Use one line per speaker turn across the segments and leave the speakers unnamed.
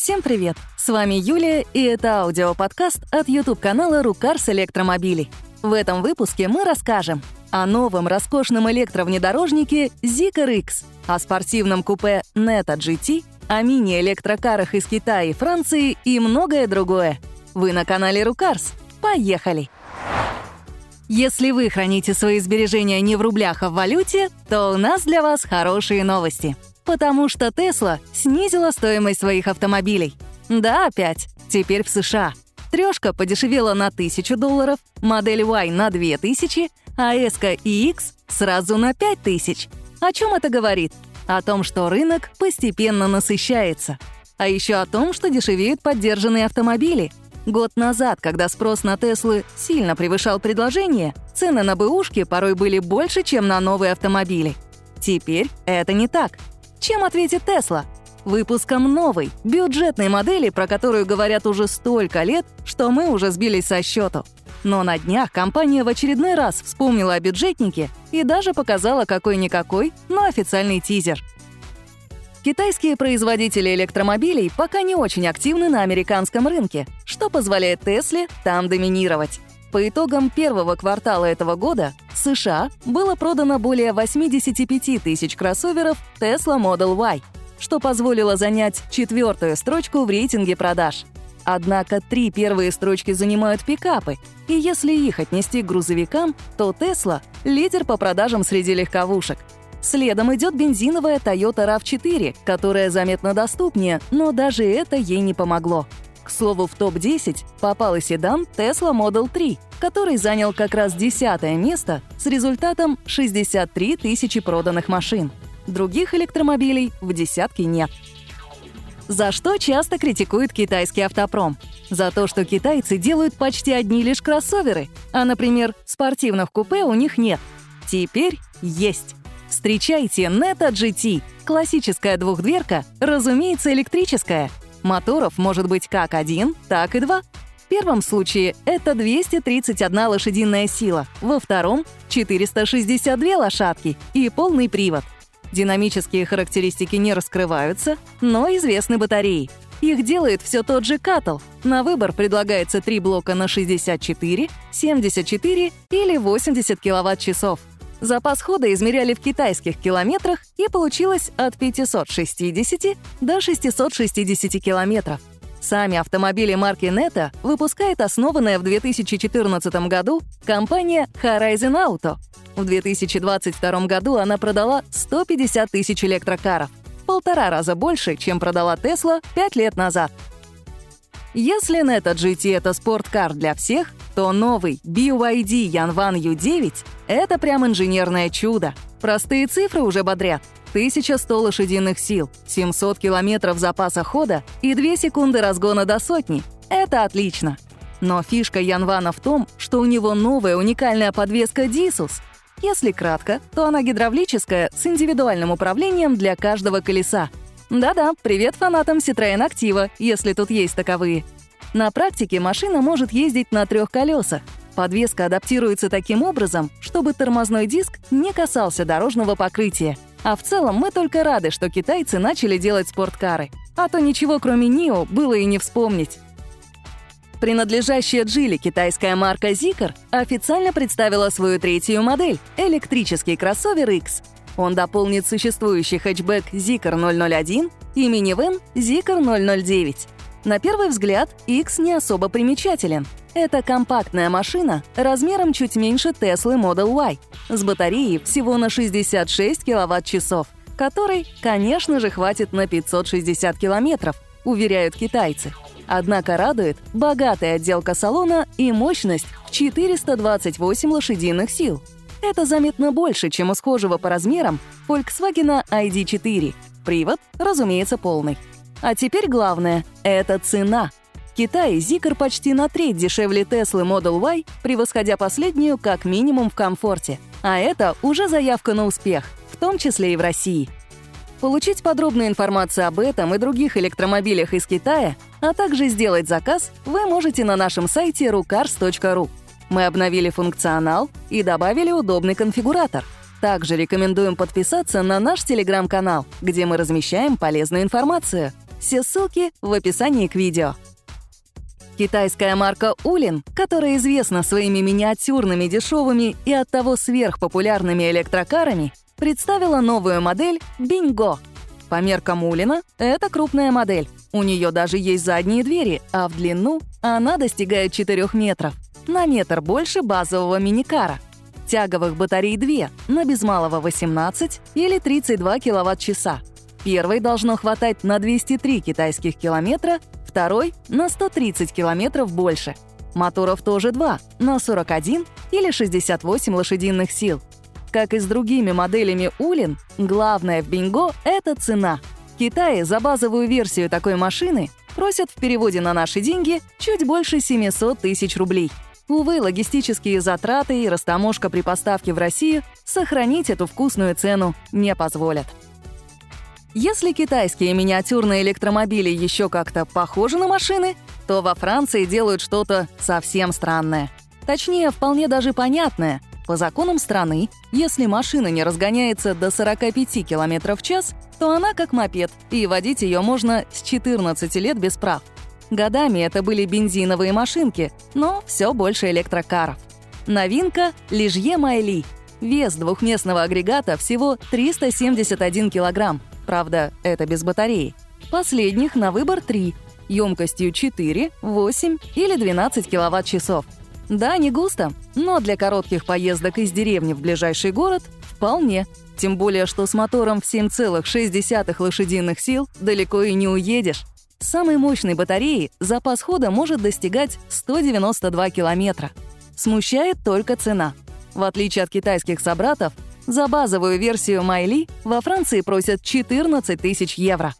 Всем привет! С вами Юлия, и это аудиоподкаст от YouTube-канала «Рукарс Электромобилей». В этом выпуске мы расскажем о новом роскошном электровнедорожнике Zeekr X, о спортивном купе Neta GT, о мини-электрокарах из Китая и Франции и многое другое. Вы на канале Рукарс. Поехали! Если вы храните свои сбережения не в рублях, а в валюте, то у нас для вас хорошие новости. Потому что Tesla снизила стоимость своих автомобилей. Да, опять. Теперь в США. Трешка подешевела на $1000, модель Y на 2000, а S и X сразу на 5000. О чем это говорит? О том, что рынок постепенно насыщается. А еще о том, что дешевеют поддержанные автомобили. Год назад, когда спрос на Теслы сильно превышал предложение, цены на бэушки порой были больше, чем на новые автомобили. Теперь это не так. Чем ответит Tesla? Выпуском новой, бюджетной модели, про которую говорят уже столько лет, что мы уже сбились со счету. Но на днях компания в очередной раз вспомнила о бюджетнике и даже показала какой-никакой, но официальный тизер. Китайские производители электромобилей пока не очень активны на американском рынке, что позволяет Тесле там доминировать. По итогам первого квартала этого года в США было продано более 85 тысяч кроссоверов Tesla Model Y, что позволило занять 4-ю строчку в рейтинге продаж. Однако 3 первые строчки занимают пикапы, и если их отнести к грузовикам, то Tesla — лидер по продажам среди легковушек. Следом идет бензиновая Toyota RAV4, которая заметно доступнее, но даже это ей не помогло. К слову, в топ-10 попал и седан Tesla Model 3, который занял как раз 10-е место с результатом 63 тысячи проданных машин. Других электромобилей в десятке нет. За что часто критикует китайский автопром? За то, что китайцы делают почти одни лишь кроссоверы, а, например, спортивных купе у них нет. Теперь есть. Встречайте Neta GT. Классическая двухдверка, разумеется, электрическая. Моторов может быть как один, так и два. В первом случае это 231 лошадиная сила, во втором — 462 лошадки и полный привод. Динамические характеристики не раскрываются, но известны батареи. Их делает все тот же Каттл. На выбор предлагается 3 блока на 64, 74 или 80 киловатт-часов. Запас хода измеряли в китайских километрах, и получилось от 560 до 660 километров. Сами автомобили марки Neta выпускает основанная в 2014 году компания Horizon Auto. В 2022 году она продала 150 тысяч электрокаров, в 1,5 раза больше, чем продала Tesla 5 лет назад. Если Neta GT — это спорткар для всех, то новый BYD Yanvan U9 — это прям инженерное чудо. Простые цифры уже бодрят. 1100 лошадиных сил, 700 километров запаса хода и 2 секунды разгона до сотни. Это отлично. Но фишка Янвана в том, что у него новая уникальная подвеска Dissus. Если кратко, то она гидравлическая с индивидуальным управлением для каждого колеса. Да-да, привет фанатам Citroën Activa, если тут есть таковые. На практике машина может ездить на 3 колесах. Подвеска адаптируется таким образом, чтобы тормозной диск не касался дорожного покрытия. А в целом мы только рады, что китайцы начали делать спорткары. А то ничего кроме NIO было и не вспомнить. Принадлежащая Geely китайская марка Zeekr официально представила свою 3-ю модель — электрический кроссовер X. Он дополнит существующий хэтчбэк Zeekr 001 и минивэн Zeekr 009. На первый взгляд, X не особо примечателен. Это компактная машина размером чуть меньше Tesla Model Y, с батареей всего на 66 киловатт-часов, которой, конечно же, хватит на 560 километров, уверяют китайцы. Однако радует богатая отделка салона и мощность в 428 лошадиных сил. Это заметно больше, чем у схожего по размерам Volkswagen ID4. Привод, разумеется, полный. А теперь главное — это цена. В Китае Zeekr почти на треть дешевле Tesla Model Y, превосходя последнюю как минимум в комфорте. А это уже заявка на успех, в том числе и в России. Получить подробную информацию об этом и других электромобилях из Китая, а также сделать заказ, вы можете на нашем сайте rucars.ru. Мы обновили функционал и добавили удобный конфигуратор. Также рекомендуем подписаться на наш телеграм-канал, где мы размещаем полезную информацию. Все ссылки в описании к видео. Китайская марка Улин, которая известна своими миниатюрными, дешевыми и оттого сверхпопулярными электрокарами, представила новую модель Бинго. По меркам Улина это крупная модель. У нее даже есть задние двери, а в длину она достигает 4 метров. На метр больше базового миникара. Тяговых батарей 2, на без малого 18 или 32 киловатт-часа. Первой должно хватать на 203 китайских километра, второй — на 130 километров больше. Моторов тоже 2, на 41 или 68 лошадиных сил. Как и с другими моделями Улин, главное в Бинго — это цена. В Китае за базовую версию такой машины просят в переводе на наши деньги чуть больше 700 тысяч рублей. Увы, логистические затраты и растаможка при поставке в Россию сохранить эту вкусную цену не позволят. Если китайские миниатюрные электромобили еще как-то похожи на машины, то во Франции делают что-то совсем странное. Точнее, вполне даже понятное. По законам страны, если машина не разгоняется до 45 км в час, то она как мопед, и водить ее можно с 14 лет без прав. Годами это были бензиновые машинки, но все больше электрокаров. Новинка — Ligier Meili. Вес двухместного агрегата всего 371 килограмм. Правда, это без батареи. Последних на выбор 3. Емкостью 4, 8 или 12 киловатт-часов. Да, не густо, но для коротких поездок из деревни в ближайший город вполне. Тем более, что с мотором в 7,6 лошадиных сил далеко и не уедешь. С самой мощной батареи запас хода может достигать 192 километра. Смущает только цена. В отличие от китайских собратов, за базовую версию Meili во Франции просят 14 тысяч евро.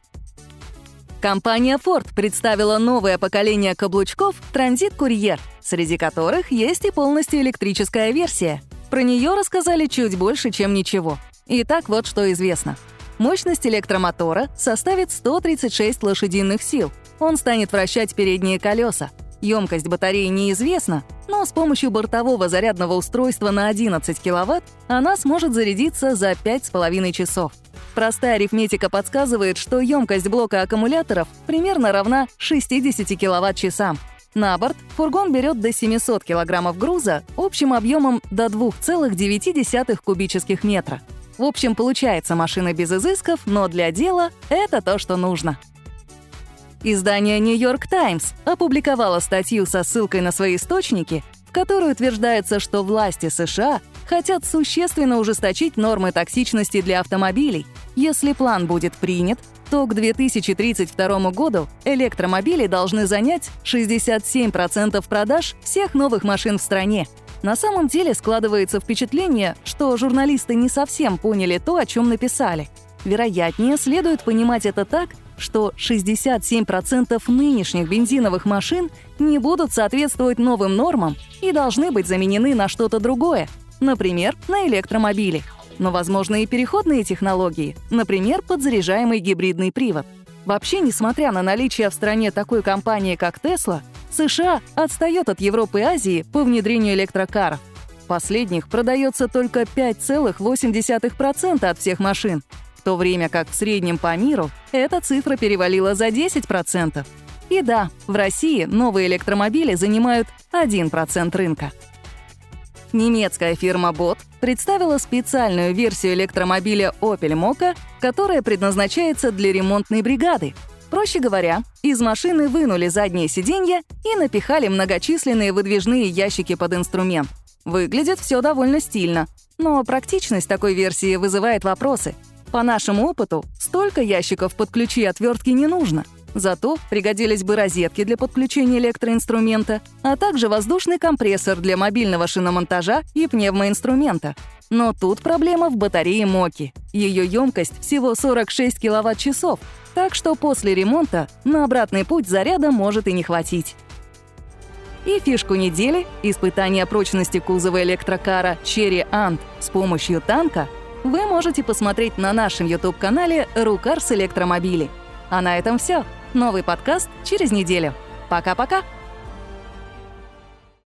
Компания Ford представила новое поколение каблучков Transit Courier, среди которых есть и полностью электрическая версия. Про нее рассказали чуть больше, чем ничего. Итак, вот что известно. Мощность электромотора составит 136 лошадиных сил. Он станет вращать передние колеса. Емкость батареи неизвестна, но с помощью бортового зарядного устройства на 11 киловатт она сможет зарядиться за 5,5 часов. Простая арифметика подсказывает, что емкость блока аккумуляторов примерно равна 60 киловатт-часам. На борт фургон берет до 700 килограммов груза общим объемом до 2,9 кубических метра. В общем, получается машина без изысков, но для дела это то, что нужно. Издание New York Times опубликовало статью со ссылкой на свои источники, в которой утверждается, что власти США хотят существенно ужесточить нормы токсичности для автомобилей. Если план будет принят, то к 2032 году электромобили должны занять 67% продаж всех новых машин в стране. На самом деле складывается впечатление, что журналисты не совсем поняли то, о чем написали. Вероятнее, следует понимать это так, что 67% нынешних бензиновых машин не будут соответствовать новым нормам и должны быть заменены на что-то другое, например, на электромобили. Но возможны и переходные технологии, например, подзаряжаемый гибридный привод. Вообще, несмотря на наличие в стране такой компании, как Tesla, США отстает от Европы и Азии по внедрению электрокаров. Последних продается только 5,8% от всех машин, в то время как в среднем по миру эта цифра перевалила за 10%. И да, в России новые электромобили занимают 1% рынка. Немецкая фирма BOT представила специальную версию электромобиля Opel Mokka, которая предназначается для ремонтной бригады. Проще говоря, из машины вынули заднее сиденье и напихали многочисленные выдвижные ящики под инструмент. Выглядит все довольно стильно, но практичность такой версии вызывает вопросы. По нашему опыту, столько ящиков под ключи и отвертки не нужно. Зато пригодились бы розетки для подключения электроинструмента, а также воздушный компрессор для мобильного шиномонтажа и пневмоинструмента. Но тут проблема в батарее Mokka. Ее емкость всего 46 киловатт-часов, так что после ремонта на обратный путь заряда может и не хватить. И фишку недели — испытание прочности кузова электрокара Chery Ant с помощью танка — вы можете посмотреть на нашем YouTube-канале «Рукарс Электромобили». А на этом все. Новый подкаст через неделю. Пока-пока!